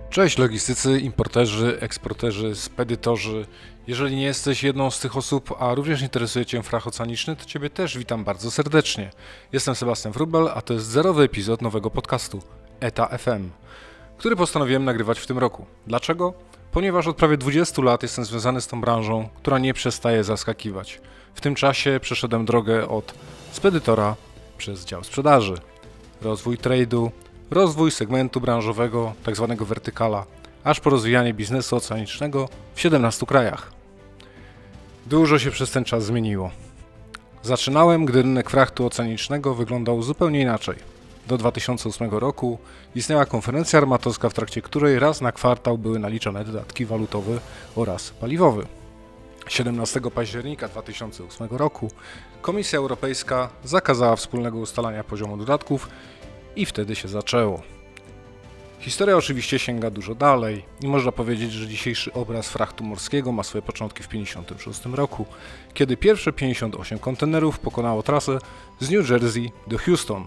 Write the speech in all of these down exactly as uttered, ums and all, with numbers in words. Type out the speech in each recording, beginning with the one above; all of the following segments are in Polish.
Cześć logistycy, importerzy, eksporterzy, spedytorzy. Jeżeli nie jesteś jedną z tych osób, a również interesuje Cię frach oceaniczny, to Ciebie też witam bardzo serdecznie. Jestem Sebastian Wróbel, a to jest zerowy epizod nowego podcastu E T A F M, który postanowiłem nagrywać w tym roku. Dlaczego? Ponieważ od prawie dwudziestu lat jestem związany z tą branżą, która nie przestaje zaskakiwać. W tym czasie przeszedłem drogę od spedytora przez dział sprzedaży, rozwój trade'u, rozwój segmentu branżowego, tzw. wertykala, aż po rozwijanie biznesu oceanicznego w siedemnastu krajach. Dużo się przez ten czas zmieniło. Zaczynałem, gdy rynek frachtu oceanicznego wyglądał zupełnie inaczej. Do dwa tysiące ósmego roku istniała konferencja armatorska, w trakcie której raz na kwartał były naliczane dodatki walutowy oraz paliwowy. siedemnastego października dwa tysiące ósmego roku Komisja Europejska zakazała wspólnego ustalania poziomu dodatków i wtedy się zaczęło. Historia oczywiście sięga dużo dalej i można powiedzieć, że dzisiejszy obraz frachtu morskiego ma swoje początki w tysiąc dziewięćset pięćdziesiątym szóstym roku, kiedy pierwsze pięćdziesiąt osiem kontenerów pokonało trasę z New Jersey do Houston.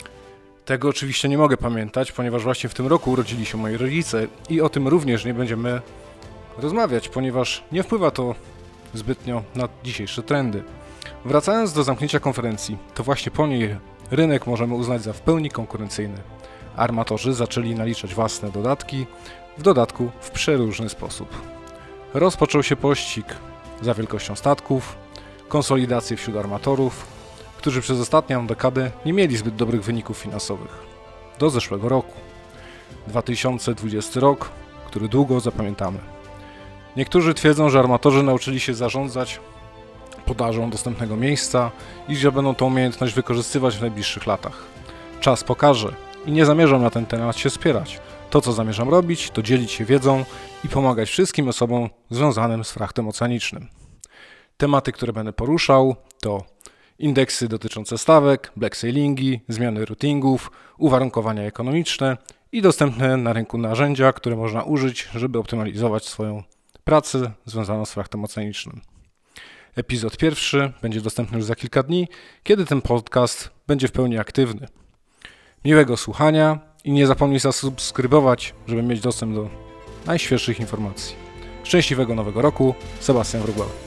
Tego oczywiście nie mogę pamiętać, ponieważ właśnie w tym roku urodzili się moi rodzice i o tym również nie będziemy rozmawiać, ponieważ nie wpływa to zbytnio na dzisiejsze trendy. Wracając do zamknięcia konferencji, to właśnie po niej rynek możemy uznać za w pełni konkurencyjny. Armatorzy zaczęli naliczać własne dodatki, w dodatku w przeróżny sposób. Rozpoczął się pościg za wielkością statków, konsolidacje wśród armatorów, którzy przez ostatnią dekadę nie mieli zbyt dobrych wyników finansowych. Do zeszłego roku. dwa tysiące dwudziesty rok, który długo zapamiętamy. Niektórzy twierdzą, że armatorzy nauczyli się zarządzać podażą dostępnego miejsca i że będą tę umiejętność wykorzystywać w najbliższych latach. Czas pokaże i nie zamierzam na ten temat się spierać. To, co zamierzam robić, to dzielić się wiedzą i pomagać wszystkim osobom związanym z frachtem oceanicznym. Tematy, które będę poruszał, to indeksy dotyczące stawek, black sailingi, zmiany routingów, uwarunkowania ekonomiczne i dostępne na rynku narzędzia, które można użyć, żeby optymalizować swoją pracę związaną z frachtem oceanicznym. Epizod pierwszy będzie dostępny już za kilka dni, kiedy ten podcast będzie w pełni aktywny. Miłego słuchania i nie zapomnij zasubskrybować, żeby mieć dostęp do najświeższych informacji. Szczęśliwego nowego roku, Sebastian Wróbel.